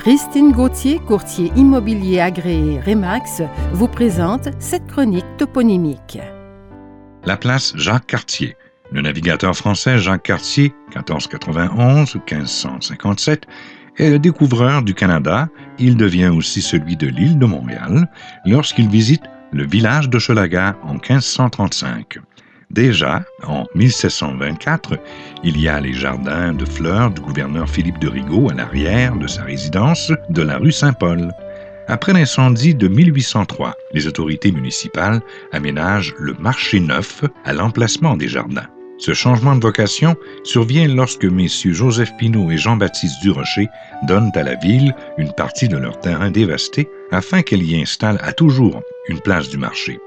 Christine Gauthier, courtier immobilier agréé Remax, vous présente cette chronique toponymique. La place Jacques-Cartier. Le navigateur français Jacques Cartier, 1491 ou 1557, est le découvreur du Canada. Il devient aussi celui de l'île de Montréal lorsqu'il visite le village d'Hochelaga en 1535. Déjà, en 1724, il y a les jardins de fleurs du gouverneur Philippe de Rigaud à l'arrière de sa résidence de la rue Saint-Paul. Après l'incendie de 1803, les autorités municipales aménagent le marché neuf à l'emplacement des jardins. Ce changement de vocation survient lorsque messieurs Joseph Pinault et Jean-Baptiste Durocher donnent à la ville une partie de leur terrain dévasté afin qu'elle y installe à toujours une place du marché.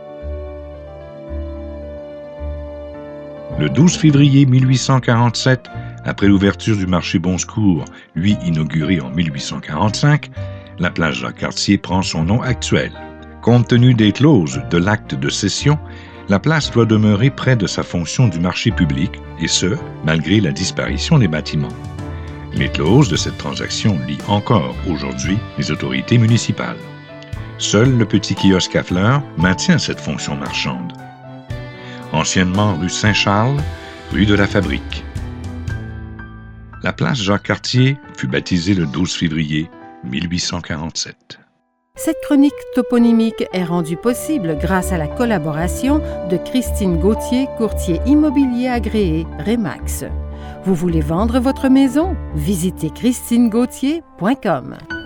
Le 12 février 1847, après l'ouverture du marché Bon Secours, lui inauguré en 1845, la place Jacques-Cartier prend son nom actuel. Compte tenu des clauses de l'acte de cession, la place doit demeurer près de sa fonction du marché public, et ce, malgré la disparition des bâtiments. Les clauses de cette transaction lient encore aujourd'hui les autorités municipales. Seul le petit kiosque à fleurs maintient cette fonction marchande. Anciennement rue Saint-Charles, rue de la Fabrique. La place Jacques-Cartier fut baptisée le 12 février 1847. Cette chronique toponymique est rendue possible grâce à la collaboration de Christine Gauthier, courtier immobilier agréé Remax. Vous voulez vendre votre maison? Visitez christinegauthier.com.